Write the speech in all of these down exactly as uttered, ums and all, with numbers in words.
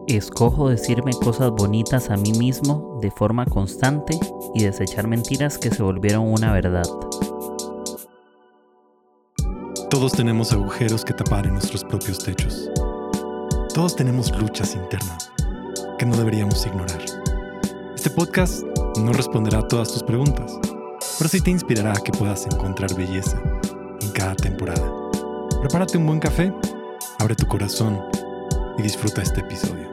Escojo decirme cosas bonitas a mí mismo de forma constante y desechar mentiras que se volvieron una verdad. Todos tenemos agujeros que tapar en nuestros propios techos. Todos tenemos luchas internas que no deberíamos ignorar. Este podcast no responderá a todas tus preguntas, pero sí te inspirará a que puedas encontrar belleza en cada temporada. Prepárate un buen café, abre tu corazón y disfruta este episodio.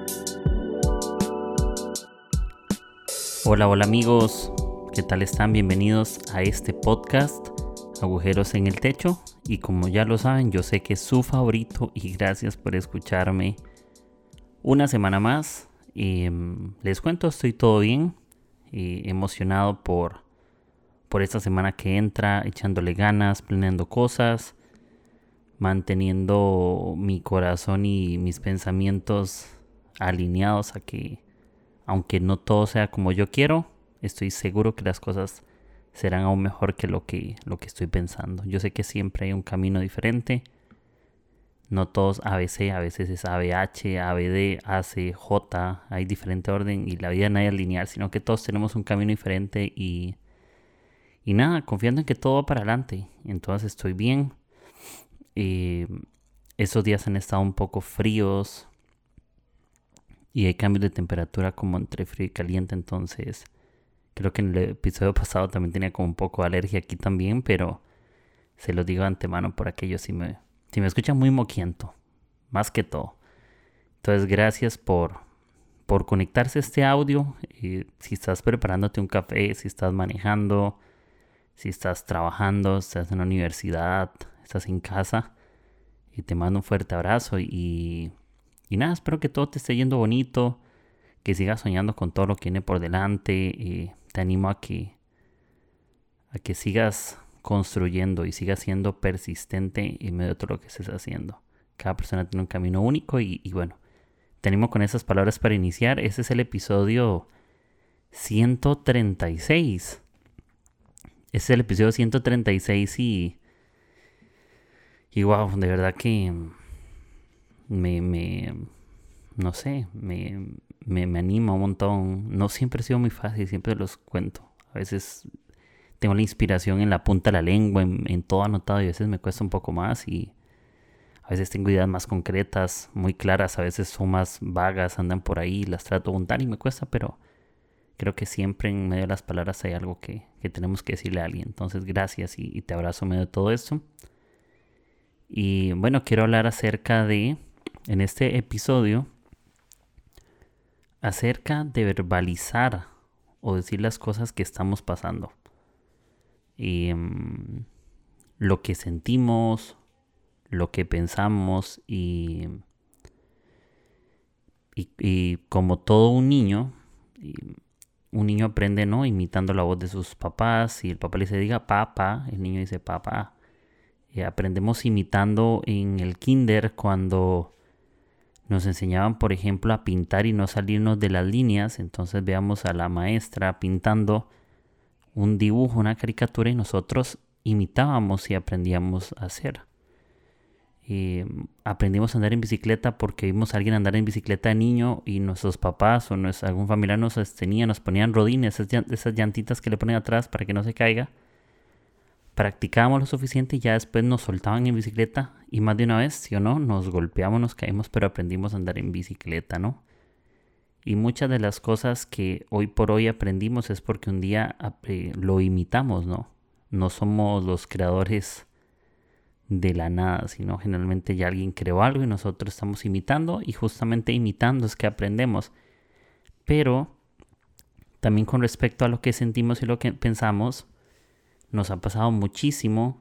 Hola, hola amigos, ¿qué tal están? Bienvenidos a este podcast, Agujeros en el Techo. Y como ya lo saben, yo sé que es su favorito y gracias por escucharme una semana más. Eh, les cuento, estoy todo bien, eh, emocionado por, por esta semana que entra, echándole ganas, planeando cosas, manteniendo mi corazón y mis pensamientos alineados a que, aunque no todo sea como yo quiero, estoy seguro que las cosas serán aún mejor que lo que, lo que estoy pensando. Yo sé que siempre hay un camino diferente. No todos A B C, a veces es A B H, A B D, A C, J. Hay diferente orden y la vida no es lineal, sino que todos tenemos un camino diferente y, y nada, confiando en que todo va para adelante. Entonces estoy bien. Eh, esos días han estado un poco fríos y hay cambios de temperatura como entre frío y caliente, entonces creo que en el episodio pasado también tenía como un poco de alergia aquí también, pero se los digo de antemano por aquello si me, si me escuchan muy moquiento, más que todo. Entonces gracias por, por conectarse a este audio. Eh, si estás preparándote un café, si estás manejando, si estás trabajando, estás en la universidad, estás en casa, y te mando un fuerte abrazo y, y nada, espero que todo te esté yendo bonito, que sigas soñando con todo lo que viene por delante. Eh, te animo a que, a que sigas construyendo y sigas siendo persistente en medio de todo lo que estés haciendo. Cada persona tiene un camino único y, y bueno, te animo con esas palabras para iniciar. Este es el episodio ciento treinta y seis. Este es el episodio ciento treinta y seis y... Y wow, de verdad que me, me no sé, me, me, me anima un montón. No siempre ha sido muy fácil, siempre los cuento. A veces tengo la inspiración en la punta de la lengua, en, en todo anotado, y a veces me cuesta un poco más. Y a veces tengo ideas más concretas, muy claras, a veces son más vagas, andan por ahí, las trato de juntar y me cuesta, pero creo que siempre en medio de las palabras hay algo que, que tenemos que decirle a alguien. Entonces, gracias y, y te abrazo en medio de todo esto. Y bueno, quiero hablar acerca de, en este episodio, acerca de verbalizar o decir las cosas que estamos pasando. Y, um, lo que sentimos, lo que pensamos y, y, y como todo un niño, y un niño aprende, ¿no? Imitando la voz de sus papás. Y el papá le dice, diga papá, el niño dice papá. Eh, aprendemos imitando en el kinder cuando nos enseñaban, por ejemplo, a pintar y no salirnos de las líneas. Entonces veamos a la maestra pintando un dibujo, una caricatura, y nosotros imitábamos y aprendíamos a hacer. Eh, aprendimos a andar en bicicleta porque vimos a alguien andar en bicicleta de niño y nuestros papás o nuestro, algún familiar nos sostenía, nos ponían rodines, esas, esas llantitas que le ponen atrás para que no se caiga. Practicábamos lo suficiente y ya después nos soltaban en bicicleta y más de una vez, sí o no, nos golpeamos, nos caímos, pero aprendimos a andar en bicicleta, ¿no? Y muchas de las cosas que hoy por hoy aprendimos es porque un día eh, lo imitamos, ¿no? No somos los creadores de la nada, sino generalmente ya alguien creó algo y nosotros estamos imitando, y justamente imitando es que aprendemos. Pero también con respecto a lo que sentimos y lo que pensamos, nos ha pasado muchísimo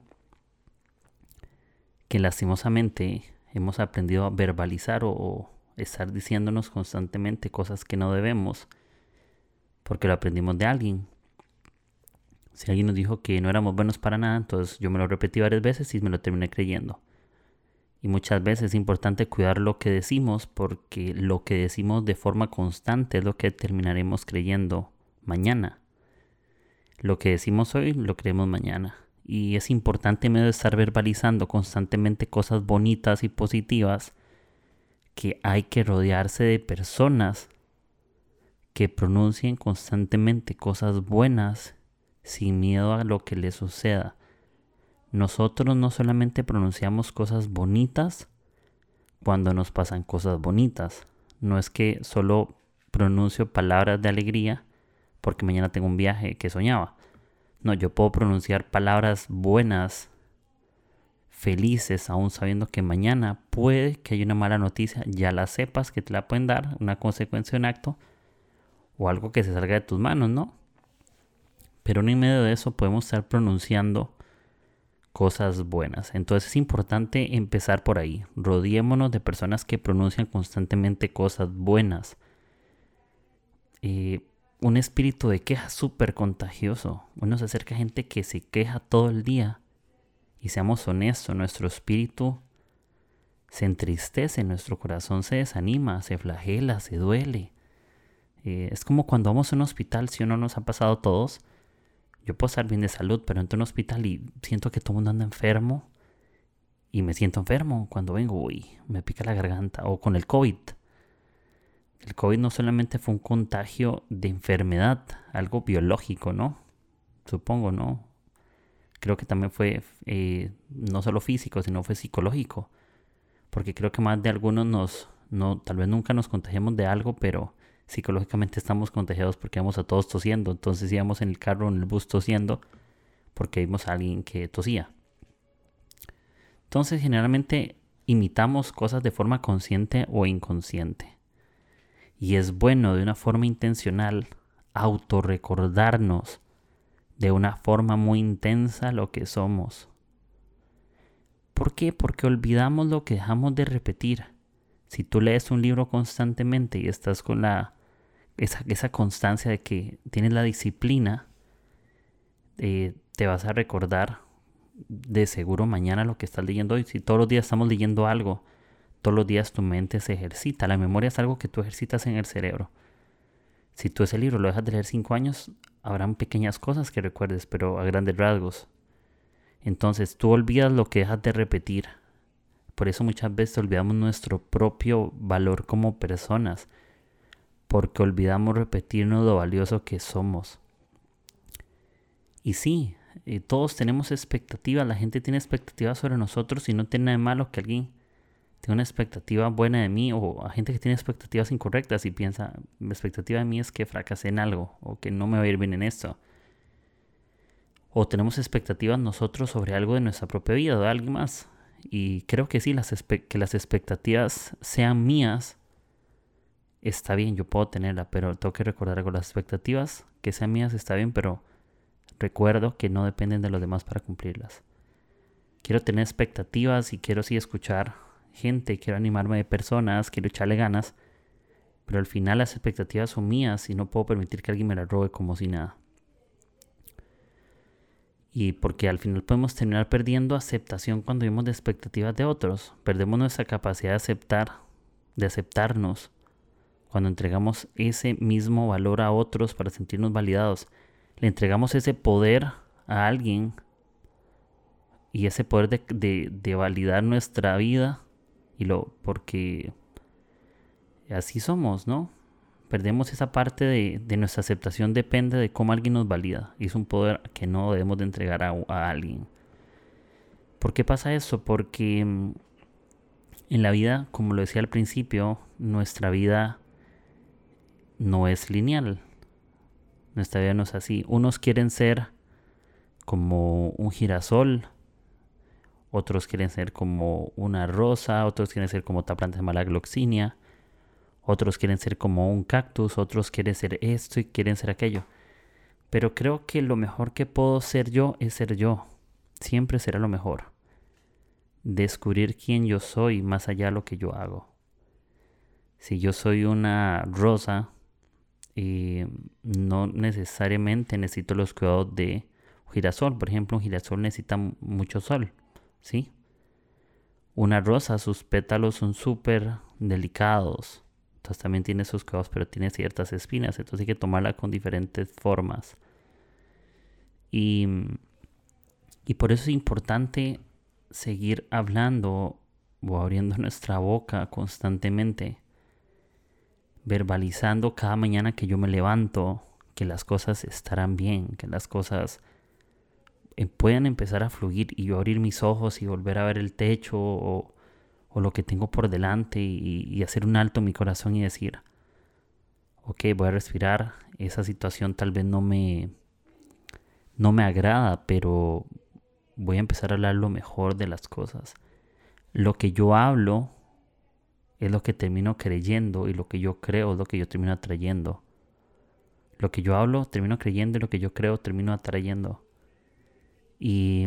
que lastimosamente hemos aprendido a verbalizar o, o estar diciéndonos constantemente cosas que no debemos porque lo aprendimos de alguien. Si alguien nos dijo que no éramos buenos para nada, entonces yo me lo repetí varias veces y me lo terminé creyendo. Y muchas veces es importante cuidar lo que decimos, porque lo que decimos de forma constante es lo que terminaremos creyendo mañana. Lo que decimos hoy lo creemos mañana. Y es importante en medio de estar verbalizando constantemente cosas bonitas y positivas, que hay que rodearse de personas que pronuncien constantemente cosas buenas sin miedo a lo que les suceda. Nosotros no solamente pronunciamos cosas bonitas cuando nos pasan cosas bonitas. No es que solo pronuncio palabras de alegría porque mañana tengo un viaje que soñaba. No, yo puedo pronunciar palabras buenas, felices, aún sabiendo que mañana puede que haya una mala noticia. Ya la sepas que te la pueden dar, una consecuencia de un acto o algo que se salga de tus manos, ¿no? Pero en medio de eso podemos estar pronunciando cosas buenas. Entonces es importante empezar por ahí. Rodeémonos de personas que pronuncian constantemente cosas buenas. Eh, un espíritu de queja súper contagioso. Uno se acerca a gente que se queja todo el día. Y seamos honestos, nuestro espíritu se entristece, nuestro corazón se desanima, se flagela, se duele. Eh, es como cuando vamos a un hospital, si uno nos ha pasado a todos. Yo puedo estar bien de salud, pero entro a un hospital y siento que todo el mundo anda enfermo. Y me siento enfermo cuando vengo, uy, me pica la garganta. O con el COVID. El COVID no solamente fue un contagio de enfermedad, algo biológico, ¿no? Supongo, ¿no? Creo que también fue eh, no solo físico, sino fue psicológico. Porque creo que más de algunos nos, no, tal vez nunca nos contagiamos de algo, pero psicológicamente estamos contagiados porque vamos a todos tosiendo. Entonces íbamos en el carro, en el bus tosiendo, porque vimos a alguien que tosía. Entonces generalmente imitamos cosas de forma consciente o inconsciente. Y es bueno de una forma intencional autorrecordarnos de una forma muy intensa lo que somos. ¿Por qué? Porque olvidamos lo que dejamos de repetir. Si tú lees un libro constantemente y estás con la esa, esa constancia de que tienes la disciplina, eh, te vas a recordar de seguro mañana lo que estás leyendo hoy. Si todos los días estamos leyendo algo, todos los días tu mente se ejercita. La memoria es algo que tú ejercitas en el cerebro. Si tú ese libro lo dejas de leer cinco años, habrán pequeñas cosas que recuerdes, pero a grandes rasgos. Entonces tú olvidas lo que dejas de repetir. Por eso muchas veces olvidamos nuestro propio valor como personas. Porque olvidamos repetirnos lo valioso que somos. Y sí, eh, todos tenemos expectativas. La gente tiene expectativas sobre nosotros y no tiene nada de malo que alguien tenga una expectativa buena de mí, o a gente que tiene expectativas incorrectas y piensa, mi expectativa de mí es que fracasé en algo o que no me va a ir bien en esto. O tenemos expectativas nosotros sobre algo de nuestra propia vida o de alguien más. Y creo que sí, las espe- que las expectativas sean mías, está bien, yo puedo tenerla, pero tengo que recordar algo. Las expectativas que sean mías está bien, pero recuerdo que no dependen de los demás para cumplirlas. Quiero tener expectativas y quiero sí escuchar gente, quiero animarme de personas, quiero echarle ganas, pero al final las expectativas son mías y no puedo permitir que alguien me las robe como si nada. Y porque al final podemos terminar perdiendo aceptación cuando vivimos de expectativas de otros. Perdemos nuestra capacidad de aceptar, de aceptarnos, cuando entregamos ese mismo valor a otros para sentirnos validados. Le entregamos ese poder a alguien y ese poder de, de, de validar nuestra vida. Y lo, porque así somos, ¿no? Perdemos esa parte de, de nuestra aceptación, depende de cómo alguien nos valida. Y es un poder que no debemos de entregar a, a alguien. ¿Por qué pasa eso? Porque en la vida, como lo decía al principio, nuestra vida no es lineal. Nuestra vida no es así. Unos quieren ser como un girasol, otros quieren ser como una rosa, otros quieren ser como otra planta llamada gloxinia, otros quieren ser como un cactus, otros quieren ser esto y quieren ser aquello. Pero creo que lo mejor que puedo ser yo es ser yo. Siempre será lo mejor. Descubrir quién yo soy más allá de lo que yo hago. Si yo soy una rosa, eh, no necesariamente necesito los cuidados de un girasol. Por ejemplo, un girasol necesita mucho sol, ¿sí? Una rosa, sus pétalos son súper delicados. Entonces también tiene sus cuidados, pero tiene ciertas espinas. Entonces hay que tomarla con diferentes formas. Y, y por eso es importante seguir hablando o abriendo nuestra boca constantemente, verbalizando cada mañana que yo me levanto que las cosas estarán bien, que las cosas eh, puedan empezar a fluir y yo abrir mis ojos y volver a ver el techo o, o lo que tengo por delante y, y hacer un alto en mi corazón y decir, ok, voy a respirar, esa situación tal vez no me, no me agrada, pero voy a empezar a hablar lo mejor de las cosas. Lo que yo hablo es lo que termino creyendo y lo que yo creo es lo que yo termino atrayendo. Lo que yo hablo termino creyendo y lo que yo creo termino atrayendo. Y,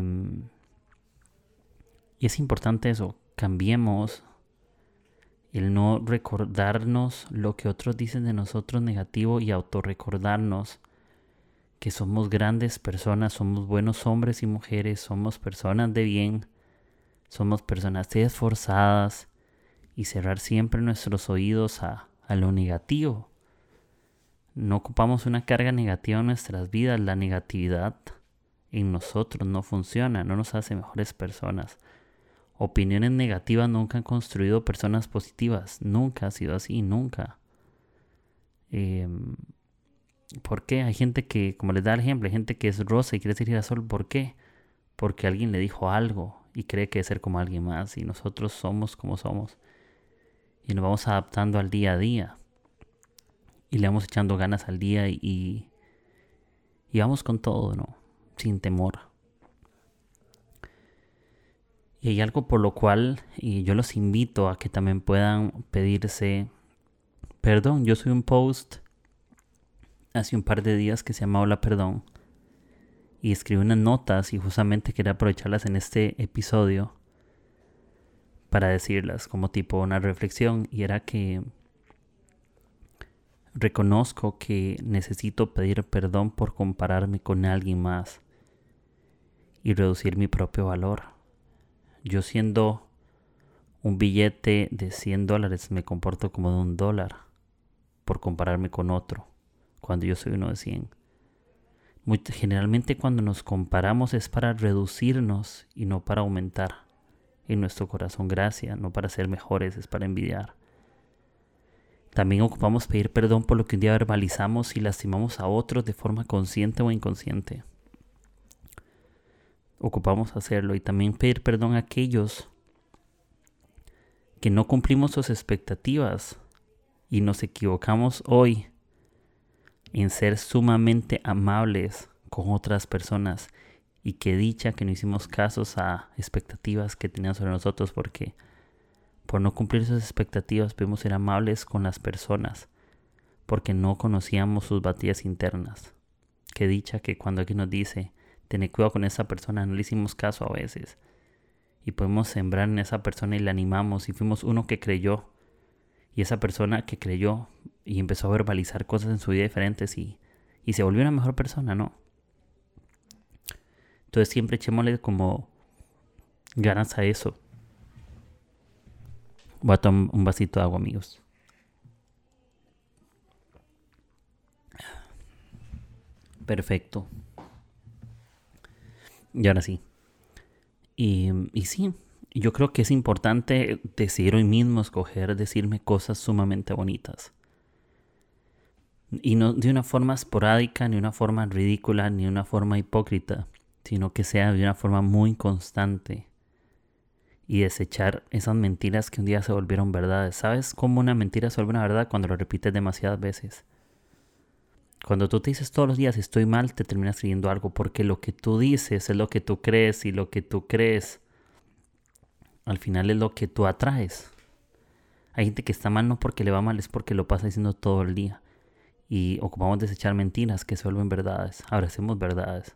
y es importante eso, cambiemos el no recordarnos lo que otros dicen de nosotros negativo y autorrecordarnos que somos grandes personas, somos buenos hombres y mujeres, somos personas de bien, somos personas esforzadas y cerrar siempre nuestros oídos a, a lo negativo. No ocupamos una carga negativa en nuestras vidas. La negatividad en nosotros no funciona, no nos hace mejores personas. Opiniones negativas nunca han construido personas positivas. Nunca ha sido así, nunca. Eh, ¿Por qué? Hay gente que, como les da el ejemplo, hay gente que es rosa y quiere ser girasol. ¿Por qué? Porque alguien le dijo algo y cree que es ser como alguien más. Y nosotros somos como somos. Y nos vamos adaptando al día a día. Y le vamos echando ganas al día y, y vamos con todo, ¿no? Sin temor. Y hay algo por lo cual y yo los invito a que también puedan pedirse perdón. Yo subí un post hace un par de días que se llama Hola Perdón. Y escribí unas notas y justamente quería aprovecharlas en este episodio para decirlas como tipo una reflexión. Y era que reconozco que necesito pedir perdón por compararme con alguien más y reducir mi propio valor. Yo siendo un billete de cien dólares me comporto como de un dólar por compararme con otro cuando yo soy uno de cien. Muy, generalmente cuando nos comparamos es para reducirnos y no para aumentar en nuestro corazón gracia, no para ser mejores, es para envidiar. También ocupamos pedir perdón por lo que un día verbalizamos y lastimamos a otros de forma consciente o inconsciente. Ocupamos hacerlo y también pedir perdón a aquellos que no cumplimos sus expectativas y nos equivocamos hoy en ser sumamente amables con otras personas y que dicha que no hicimos casos a expectativas que tenían sobre nosotros porque por no cumplir sus expectativas pudimos ser amables con las personas porque no conocíamos sus batallas internas. Que dicha que cuando alguien nos dice, ten cuidado con esa persona, no le hicimos caso a veces. Y podemos sembrar en esa persona y la animamos y fuimos uno que creyó. Y esa persona que creyó y empezó a verbalizar cosas en su vida diferentes y, y se volvió una mejor persona, ¿no? Entonces siempre echémosle como ganas a eso. Voy a tomar un vasito de agua, amigos. Perfecto. Y ahora sí. Y, y sí, yo creo que es importante decidir hoy mismo, escoger decirme cosas sumamente bonitas. Y no de una forma esporádica, ni una forma ridícula, ni una forma hipócrita, sino que sea de una forma muy constante. Y desechar esas mentiras que un día se volvieron verdades. ¿Sabes cómo una mentira se vuelve una verdad? Cuando lo repites demasiadas veces. Cuando tú te dices todos los días estoy mal, te terminas creyendo algo. Porque lo que tú dices es lo que tú crees. Y lo que tú crees al final es lo que tú atraes. Hay gente que está mal no porque le va mal, es porque lo pasa diciendo todo el día. Y ocupamos desechar mentiras que se vuelven verdades. Abracemos verdades.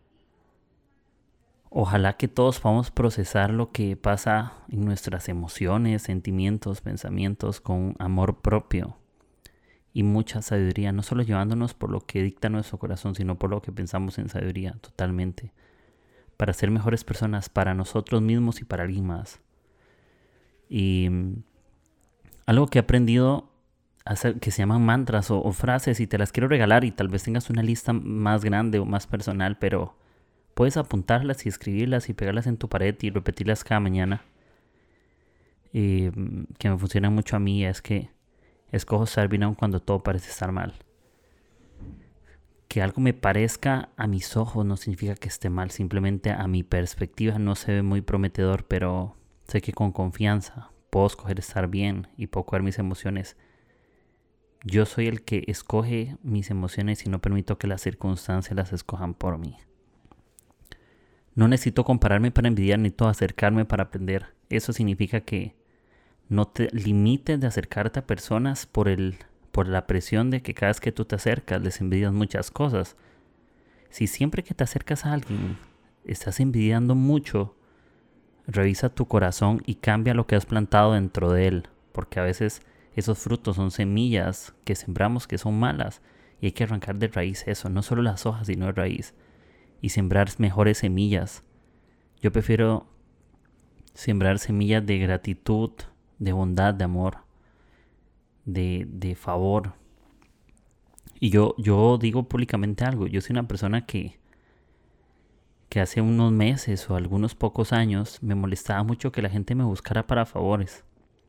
Ojalá que todos podamos procesar lo que pasa en nuestras emociones, sentimientos, pensamientos con amor propio y mucha sabiduría, no solo llevándonos por lo que dicta nuestro corazón, sino por lo que pensamos en sabiduría totalmente, para ser mejores personas para nosotros mismos y para alguien más. Y algo que he aprendido a hacer, que se llaman mantras o, o frases, y te las quiero regalar y tal vez tengas una lista más grande o más personal, pero puedes apuntarlas y escribirlas y pegarlas en tu pared y repetirlas cada mañana. eh, que me funciona mucho a mí es que escojo estar bien aun cuando todo parece estar mal. Que algo me parezca a mis ojos no significa que esté mal, simplemente a mi perspectiva no se ve muy prometedor, pero sé que con confianza puedo escoger estar bien y puedo coger mis emociones. Yo soy el que escoge mis emociones y no permito que las circunstancias las escojan por mí. No necesito compararme para envidiar, necesito acercarme para aprender. Eso significa que no te limites de acercarte a personas por el, por la presión de que cada vez que tú te acercas les envidias muchas cosas. Si siempre que te acercas a alguien estás envidiando mucho, revisa tu corazón y cambia lo que has plantado dentro de él, porque a veces esos frutos son semillas que sembramos que son malas y hay que arrancar de raíz eso, no solo las hojas sino de raíz, y sembrar mejores semillas. Yo prefiero sembrar semillas de gratitud, de bondad, de amor, de, de favor. Y yo, yo digo públicamente algo, yo soy una persona que que hace unos meses o algunos pocos años me molestaba mucho que la gente me buscara para favores.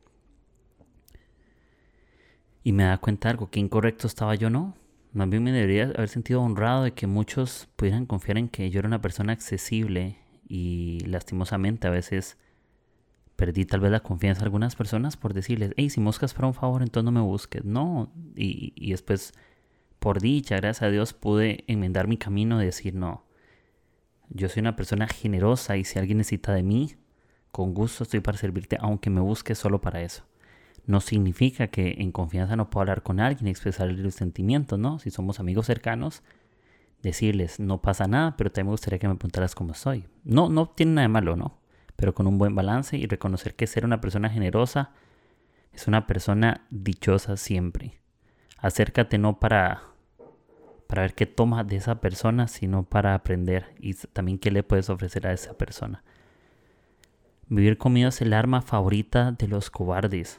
Y me da cuenta de algo, que incorrecto estaba yo, no. Más bien me debería haber sentido honrado de que muchos pudieran confiar en que yo era una persona accesible y lastimosamente a veces perdí tal vez la confianza de algunas personas por decirles, hey, si me buscas para un favor, entonces no me busques. No, y, y después, por dicha, gracias a Dios, pude enmendar mi camino de decir no. Yo soy una persona generosa y si alguien necesita de mí, con gusto estoy para servirte, aunque me busques solo para eso. No significa que en confianza no puedo hablar con alguien y expresarle los sentimientos, ¿no? Si somos amigos cercanos, decirles, no pasa nada, pero también me gustaría que me preguntaras cómo estoy. No, no tiene nada de malo, ¿no? Pero con un buen balance y reconocer que ser una persona generosa es una persona dichosa siempre. Acércate no para... para ver qué tomas de esa persona, sino para aprender y también qué le puedes ofrecer a esa persona. Vivir con miedo es el arma favorita de los cobardes.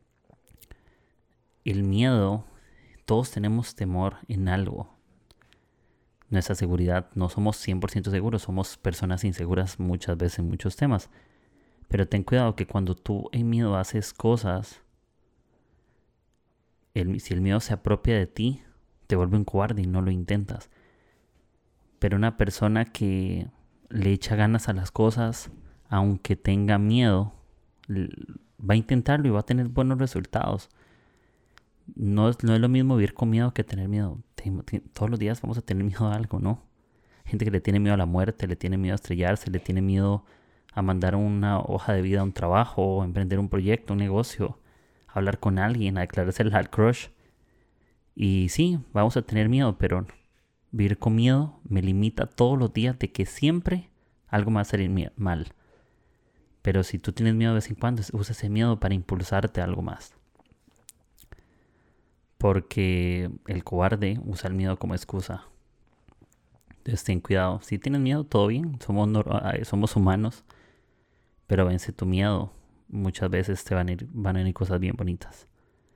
El miedo, todos tenemos temor en algo. Nuestra seguridad, no somos cien por ciento seguros, somos personas inseguras muchas veces en muchos temas. Pero ten cuidado que cuando tú en miedo haces cosas, el, si el miedo se apropia de ti, te vuelve un cobarde y no lo intentas. Pero una persona que le echa ganas a las cosas, aunque tenga miedo, va a intentarlo y va a tener buenos resultados. No es, no es lo mismo vivir con miedo que tener miedo. Todos los días vamos a tener miedo a algo, ¿no? Gente que le tiene miedo a la muerte, le tiene miedo a estrellarse, le tiene miedo a mandar una hoja de vida a un trabajo, o emprender un proyecto, un negocio, a hablar con alguien, a declararse al crush. Y sí, vamos a tener miedo, pero vivir con miedo me limita todos los días de que siempre algo me va a salir mal. Pero si tú tienes miedo de vez en cuando, usa ese miedo para impulsarte a algo más. Porque el cobarde usa el miedo como excusa. Entonces ten cuidado. Si tienes miedo, todo bien. Somos, no, somos humanos. Pero vence tu miedo. Muchas veces te van a ir, van a venir cosas bien bonitas.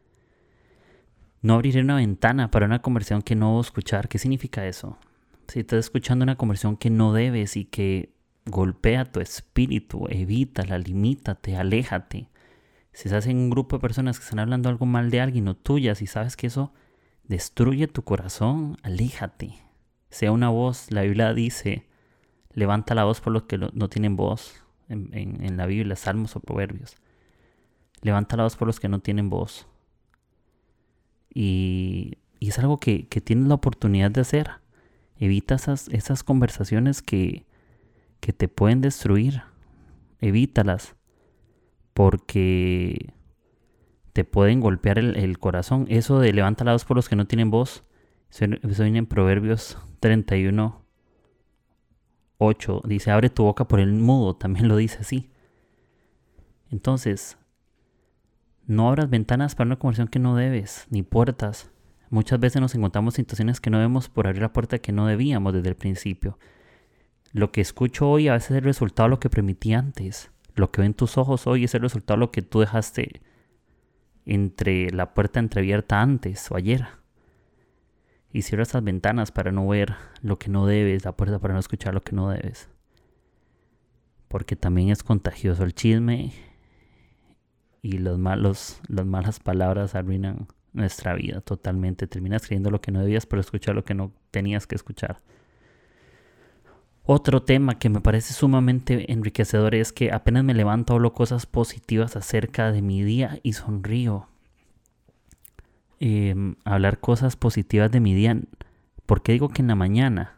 No abrir una ventana para una conversación que no debo escuchar. ¿Qué significa eso? Si estás escuchando una conversación que no debes y que golpea tu espíritu, evítala, limítate, aléjate. Si estás en un grupo de personas que están hablando algo mal de alguien o tuyas y sabes que eso destruye tu corazón, aléjate. Sea una voz, la Biblia dice, levanta la voz por los que no tienen voz. En, en, en la Biblia, Salmos o Proverbios. Levanta la voz por los que no tienen voz. Y, y es algo que, que tienes la oportunidad de hacer. Evita esas, esas conversaciones que, que te pueden destruir. Evítalas. Porque te pueden golpear el, el corazón. Eso de levanta la voz por los que no tienen voz. Eso, eso viene en Proverbios treinta y uno, ocho. Dice, abre tu boca por el mudo. También lo dice así. Entonces, no abras ventanas para una conversación que no debes, ni puertas. Muchas veces nos encontramos en situaciones que no debemos por abrir la puerta que no debíamos desde el principio. Lo que escucho hoy a veces es el resultado de lo que permití antes. Lo que ven tus ojos hoy es el resultado de lo que tú dejaste entre la puerta entreabierta antes o ayer. Y cierra esas ventanas para no ver lo que no debes, la puerta para no escuchar lo que no debes. Porque también es contagioso el chisme y los malos, las malas palabras arruinan nuestra vida totalmente. Terminas creyendo lo que no debías, pero escuchar lo que no tenías que escuchar. Otro tema que me parece sumamente enriquecedor es que apenas me levanto hablo cosas positivas acerca de mi día y sonrío. Eh, hablar cosas positivas de mi día. ¿Por qué digo que en la mañana?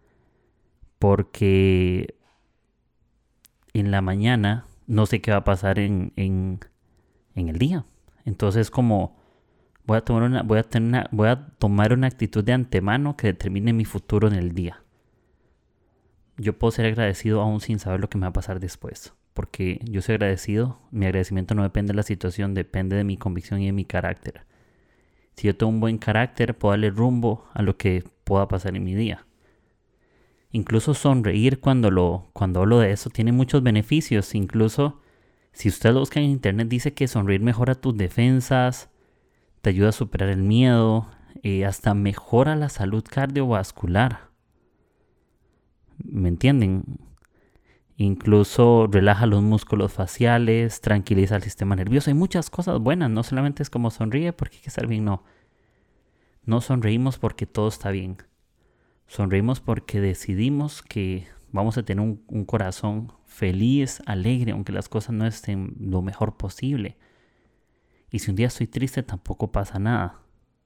Porque en la mañana no sé qué va a pasar en, en, en el día. Entonces como voy a tomar una, voy a tener una, voy a tomar una actitud de antemano que determine mi futuro en el día. Yo puedo ser agradecido aún sin saber lo que me va a pasar después. Porque yo soy agradecido. Mi agradecimiento no depende de la situación, depende de mi convicción y de mi carácter. Si yo tengo un buen carácter, puedo darle rumbo a lo que pueda pasar en mi día. Incluso sonreír cuando, lo, cuando hablo de eso tiene muchos beneficios. Incluso si usted lo busca en internet, dice que sonreír mejora tus defensas, te ayuda a superar el miedo, eh, hasta mejora la salud cardiovascular. ¿Me entienden? Incluso relaja los músculos faciales, tranquiliza el sistema nervioso. Hay muchas cosas buenas, no solamente es como sonríe porque hay que estar bien, no. No sonreímos porque todo está bien. Sonreímos porque decidimos que vamos a tener un, un corazón feliz, alegre, aunque las cosas no estén lo mejor posible. Y si un día estoy triste, tampoco pasa nada.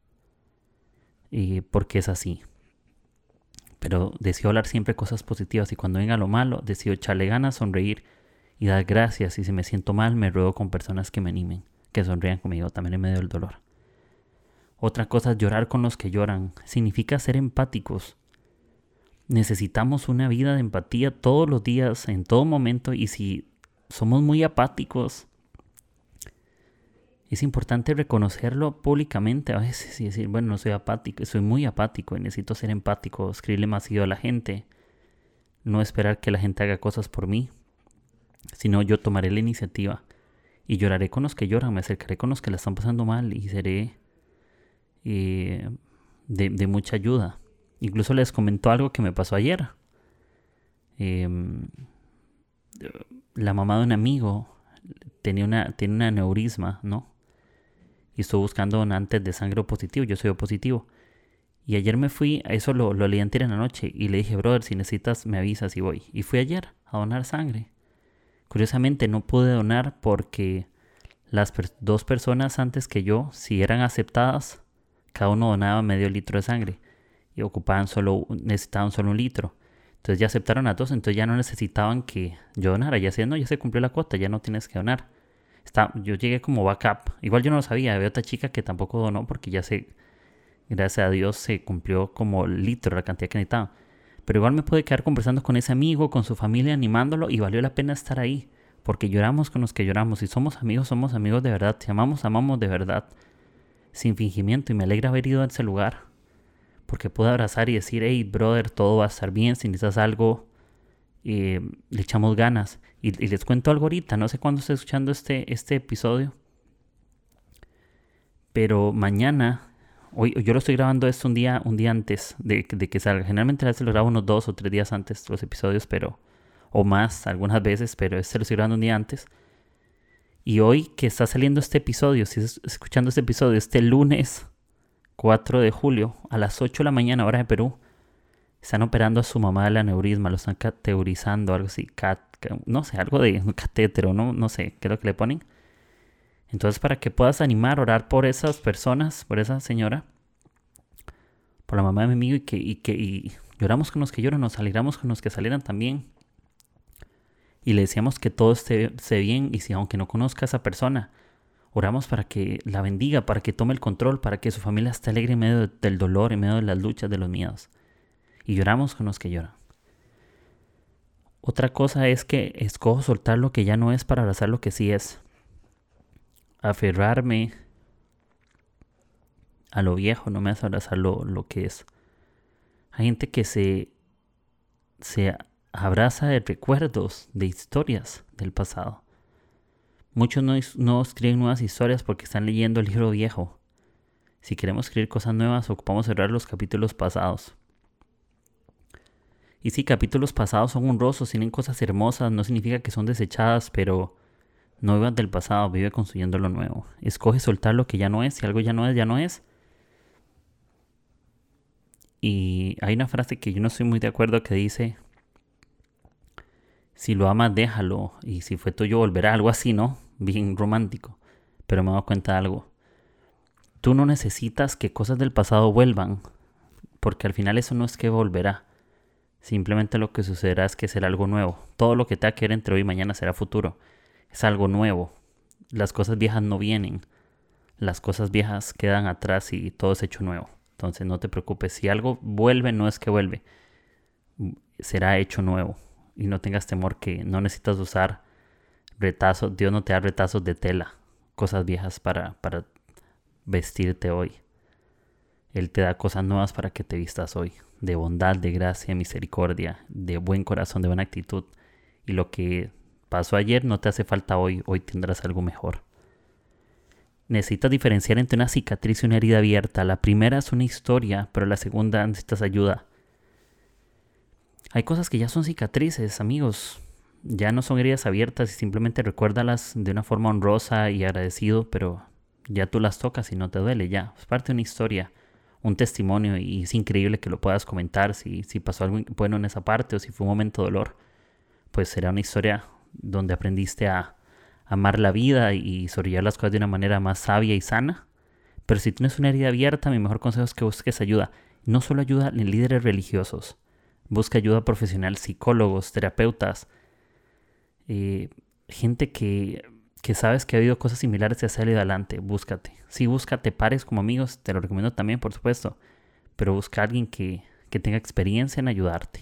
Eh, porque es así. Pero decido hablar siempre cosas positivas y cuando venga lo malo, decido echarle ganas, sonreír y dar gracias. Y si me siento mal, me ruego con personas que me animen, que sonrían conmigo también en medio del dolor. Otra cosa es llorar con los que lloran. Significa ser empáticos. Necesitamos una vida de empatía todos los días, en todo momento, y si somos muy apáticos, es importante reconocerlo públicamente a veces y decir, bueno, no soy apático, soy muy apático y necesito ser empático, escribirle más seguido a la gente, no esperar que la gente haga cosas por mí, sino yo tomaré la iniciativa y lloraré con los que lloran, me acercaré con los que la están pasando mal y seré eh, de, de mucha ayuda. Incluso les comentó algo que me pasó ayer. Eh, la mamá de un amigo tenía una, tiene un aneurisma, ¿no? Y estoy buscando donantes de sangre O positivo. Yo soy O positivo. Y ayer me fui, a eso lo, lo leí antes en la noche. Y le dije, brother, si necesitas me avisas y voy. Y fui ayer a donar sangre. Curiosamente no pude donar porque las per- dos personas antes que yo, si eran aceptadas, cada uno donaba medio litro de sangre. Y ocupaban solo, necesitaban solo un litro. Entonces ya aceptaron a dos, entonces ya no necesitaban que yo donara. Ya se, no, ya se cumplió la cuota, ya no tienes que donar. Está, yo llegué como backup. Igual yo no lo sabía. Había otra chica que tampoco donó porque ya se, gracias a Dios, se cumplió como litro la cantidad que necesitaba. Pero igual me pude quedar conversando con ese amigo, con su familia, animándolo. Y valió la pena estar ahí. Porque lloramos con los que lloramos. Si somos amigos, somos amigos de verdad. Si amamos, amamos de verdad. Sin fingimiento. Y me alegra haber ido a ese lugar. Porque pude abrazar y decir, hey, brother, todo va a estar bien. Si necesitas algo, eh, le echamos ganas. Y, y les cuento algo ahorita. No sé cuándo estoy escuchando este, este episodio. Pero mañana, hoy yo lo estoy grabando esto un día, un día antes de, de que salga. Generalmente a veces lo grabo unos dos o tres días antes los episodios, pero o más algunas veces, pero este lo estoy grabando un día antes. Y hoy que está saliendo este episodio, si estás escuchando este episodio, este lunes cuatro de julio, a las ocho de la mañana, hora de Perú, están operando a su mamá del aneurisma, lo están categorizando, algo así, cat, no sé, algo de un catétero, no, no sé, qué es lo que le ponen. Entonces, para que puedas animar, orar por esas personas, por esa señora, por la mamá de mi amigo, y que, y que y lloramos con los que lloran, nos alegramos con los que salieran también. Y le decíamos que todo esté, esté bien, y si aunque no conozca a esa persona, oramos para que la bendiga, para que tome el control, para que su familia esté alegre en medio del dolor, en medio de las luchas, de los miedos. Y lloramos con los que lloran. Otra cosa es que escojo soltar lo que ya no es para abrazar lo que sí es. Aferrarme a lo viejo no me hace abrazar lo, lo que es. Hay gente que se, se abraza de recuerdos, de historias del pasado. Muchos no, no escriben nuevas historias porque están leyendo el libro viejo. Si queremos escribir cosas nuevas, ocupamos cerrar los capítulos pasados. Y sí, capítulos pasados son honrosos, tienen cosas hermosas, no significa que son desechadas, pero No vivas del pasado, vive construyendo lo nuevo. Escoge soltar lo que ya no es. Si algo ya no es, ya no es. Y hay una frase que yo no estoy muy de acuerdo que dice: si lo amas, déjalo. Y si fue tuyo, volverá. Algo así, ¿no? Bien romántico. Pero me he dado cuenta de algo. Tú no necesitas que cosas del pasado vuelvan. Porque al final eso no es que volverá. Simplemente lo que sucederá es que será algo nuevo. Todo lo que tenga que ver entre hoy y mañana será futuro. Es algo nuevo. Las cosas viejas no vienen. Las cosas viejas quedan atrás y todo es hecho nuevo. Entonces no te preocupes. Si algo vuelve, no es que vuelve. Será hecho nuevo. Y no tengas temor que no necesitas usar retazos. Dios no te da retazos de tela. Cosas viejas para, para vestirte hoy. Él te da cosas nuevas para que te vistas hoy. De bondad, de gracia, misericordia, de buen corazón, de buena actitud. Y lo que pasó ayer no te hace falta hoy. Hoy tendrás algo mejor. Necesitas diferenciar entre una cicatriz y una herida abierta. La primera es una historia, pero la segunda necesitas ayuda. Hay cosas que ya son cicatrices, amigos. Ya no son heridas abiertas y simplemente recuérdalas de una forma honrosa y agradecido, pero ya tú las tocas y no te duele ya. Es parte de una historia, un testimonio, y es increíble que lo puedas comentar si, si pasó algo bueno en esa parte o si fue un momento de dolor. Pues será una historia donde aprendiste a amar la vida y sobrellevar las cosas de una manera más sabia y sana. Pero si tienes una herida abierta, mi mejor consejo es que busques ayuda. No solo ayuda en líderes religiosos. Busca ayuda profesional, psicólogos, terapeutas, eh, gente que, que sabes que ha habido cosas similares y ha salido adelante. Búscate. Sí, búscate pares como amigos, te lo recomiendo también, por supuesto. Pero busca a alguien que, que tenga experiencia en ayudarte.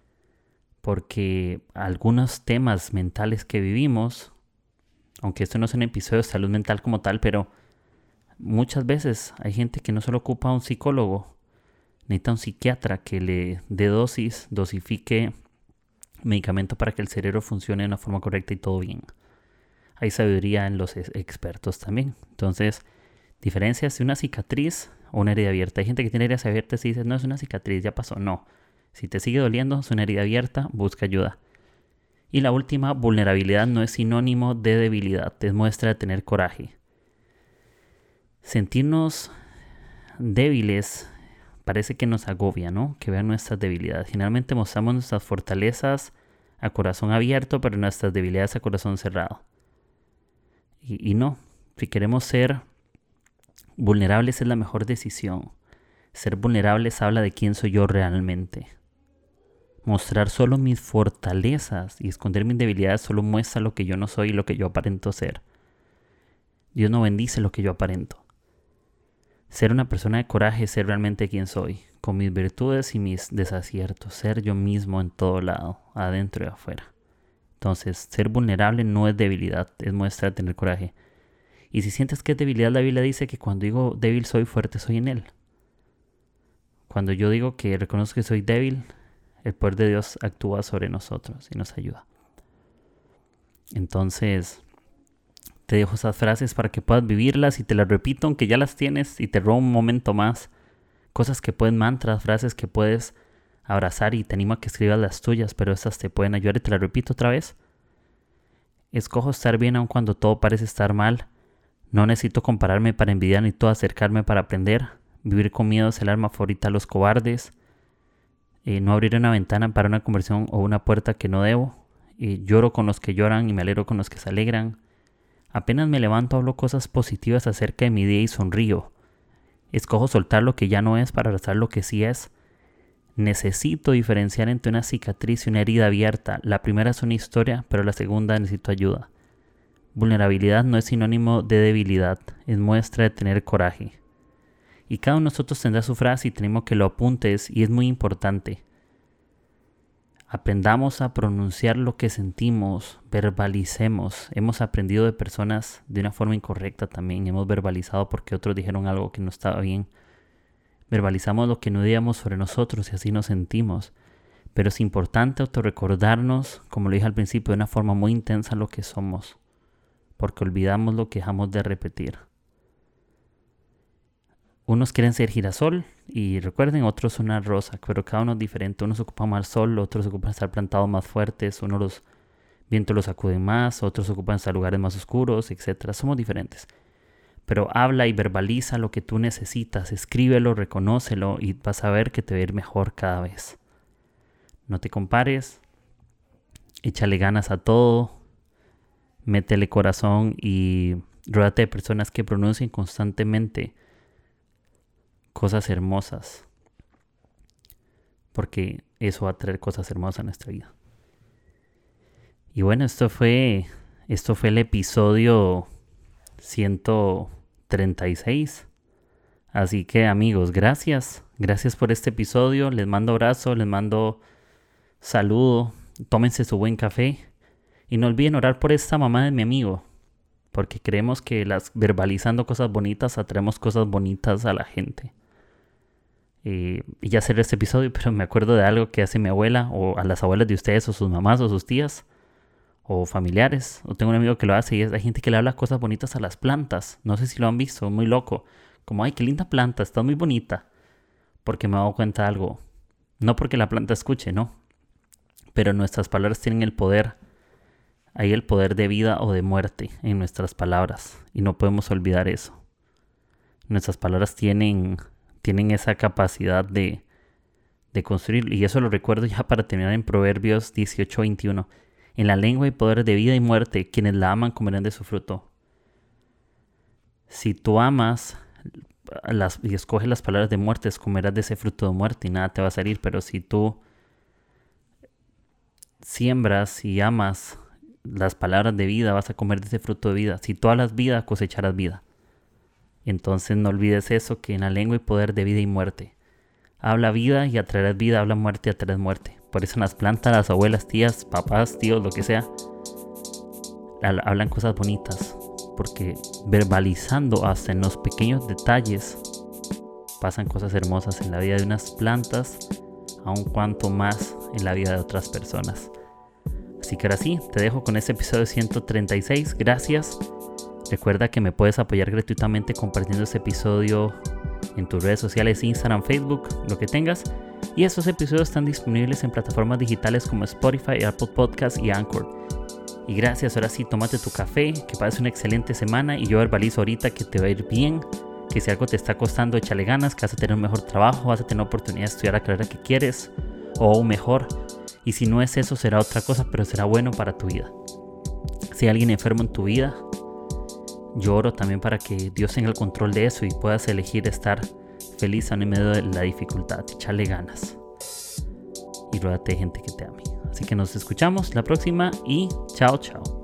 Porque algunos temas mentales que vivimos, aunque esto no es un episodio de salud mental como tal, pero muchas veces hay gente que no solo ocupa a un psicólogo, necesita un psiquiatra que le dé dosis, dosifique medicamento para que el cerebro funcione de una forma correcta y todo bien. Hay sabiduría en los expertos también. Entonces, diferencias de una cicatriz o una herida abierta. Hay gente que tiene heridas abiertas y dice, no, es una cicatriz, ya pasó. No. Si te sigue doliendo, es una herida abierta, busca ayuda. Y la última, vulnerabilidad no es sinónimo de debilidad, es muestra de tener coraje. Sentirnos débiles parece que nos agobia, ¿no? Que vean nuestras debilidades. Generalmente mostramos nuestras fortalezas a corazón abierto, pero nuestras debilidades a corazón cerrado. Y, y no, si queremos ser vulnerables es la mejor decisión. Ser vulnerables habla de quién soy yo realmente. Mostrar solo mis fortalezas y esconder mis debilidades solo muestra lo que yo no soy y lo que yo aparento ser. Dios no bendice lo que yo aparento. Ser una persona de coraje es ser realmente quien soy, con mis virtudes y mis desaciertos, ser yo mismo en todo lado, adentro y afuera. Entonces, ser vulnerable no es debilidad, es muestra de tener coraje. Y si sientes que es debilidad, la Biblia dice que cuando digo débil soy, fuerte soy en Él. Cuando yo digo que reconozco que soy débil, el poder de Dios actúa sobre nosotros y nos ayuda. Entonces, te dejo esas frases para que puedas vivirlas y te las repito aunque ya las tienes y te robo un momento más. Cosas que pueden, mantras, frases que puedes abrazar y te animo a que escribas las tuyas, pero estas te pueden ayudar y te las repito otra vez. Escojo estar bien aun cuando todo parece estar mal. No necesito compararme para envidiar ni todo acercarme para aprender. Vivir con miedo es el arma favorita de los cobardes. Eh, no abrir una ventana para una conversión o una puerta que no debo. Eh, lloro con los que lloran y me alegro con los que se alegran. Apenas me levanto hablo cosas positivas acerca de mi día y sonrío. Escojo soltar lo que ya no es para abrazar lo que sí es. Necesito diferenciar entre una cicatriz y una herida abierta. La primera es una historia, pero la segunda necesito ayuda. Vulnerabilidad no es sinónimo de debilidad, es muestra de tener coraje. Y cada uno de nosotros tendrá su frase y tenemos que lo apuntes y es muy importante. Aprendamos a pronunciar lo que sentimos, verbalicemos. Hemos aprendido de personas de una forma incorrecta también. Hemos verbalizado porque otros dijeron algo que no estaba bien. Verbalizamos lo que no digamos sobre nosotros y así nos sentimos. Pero es importante autorrecordarnos, como lo dije al principio, de una forma muy intensa lo que somos. Porque olvidamos lo que dejamos de repetir. Unos quieren ser girasol y recuerden, otros una rosa, pero cada uno es diferente. Unos ocupan más sol, otros ocupan estar plantados más fuertes. Unos los vientos los sacuden más, otros ocupan hasta lugares más oscuros, etcétera. Somos diferentes. Pero habla y verbaliza lo que tú necesitas, escríbelo, reconócelo y vas a ver que te va a ir mejor cada vez. No te compares, échale ganas a todo, métele corazón y ródate de personas que pronuncien constantemente cosas hermosas, porque eso va a traer cosas hermosas a nuestra vida. Y bueno, esto fue, esto fue el episodio ciento treinta y seis. Así que amigos, gracias. Gracias por este episodio. Les mando abrazo, les mando saludo. Tómense su buen café. Y no olviden orar por esta mamá de mi amigo. Porque creemos que las, verbalizando cosas bonitas atraemos cosas bonitas a la gente. Eh, y ya cerré este episodio, pero me acuerdo de algo que hace mi abuela, o a las abuelas de ustedes, o sus mamás, o sus tías, o familiares. O tengo un amigo que lo hace y es, hay gente que le habla cosas bonitas a las plantas. No sé si lo han visto, muy loco. Como, ay, qué linda planta, está muy bonita. Porque me he dado cuenta de algo. No porque la planta escuche, no. Pero nuestras palabras tienen el poder. Hay el poder de vida o de muerte en nuestras palabras. Y no podemos olvidar eso. Nuestras palabras tienen, tienen esa capacidad de, de construir. Y eso lo recuerdo ya para terminar en Proverbios dieciocho veintiuno. En la lengua hay poder de vida y muerte. Quienes la aman comerán de su fruto. Si tú amas las, y escoges las palabras de muerte, comerás de ese fruto de muerte y nada te va a salir. Pero si tú siembras y amas las palabras de vida, vas a comer de ese fruto de vida. Si tú hablas vida, cosecharás vida. Entonces no olvides eso, que en la lengua hay poder de vida y muerte. Habla vida y atraerás vida, habla muerte y atraerás muerte. Por eso en las plantas, las abuelas, tías, papás, tíos, lo que sea, hablan cosas bonitas. Porque verbalizando hasta en los pequeños detalles pasan cosas hermosas en la vida de unas plantas, aun cuanto más en la vida de otras personas. Así que ahora sí, te dejo con este episodio ciento treinta y seis. Gracias. Recuerda que me puedes apoyar gratuitamente compartiendo este episodio en tus redes sociales, Instagram, Facebook, lo que tengas. Y estos episodios están disponibles en plataformas digitales como Spotify, Apple Podcasts y Anchor. Y gracias, ahora sí, tómate tu café, que pases una excelente semana y yo verbalizo ahorita que te va a ir bien, que si algo te está costando, échale ganas, que vas a tener un mejor trabajo, vas a tener oportunidad de estudiar la carrera que quieres o aún mejor. Y si no es eso, será otra cosa, pero será bueno para tu vida. Si hay alguien enfermo en tu vida, yo oro también para que Dios tenga el control de eso y puedas elegir estar feliz en medio de la dificultad, echarle ganas y ródate de gente que te ame. Así que nos escuchamos la próxima y chao, chao.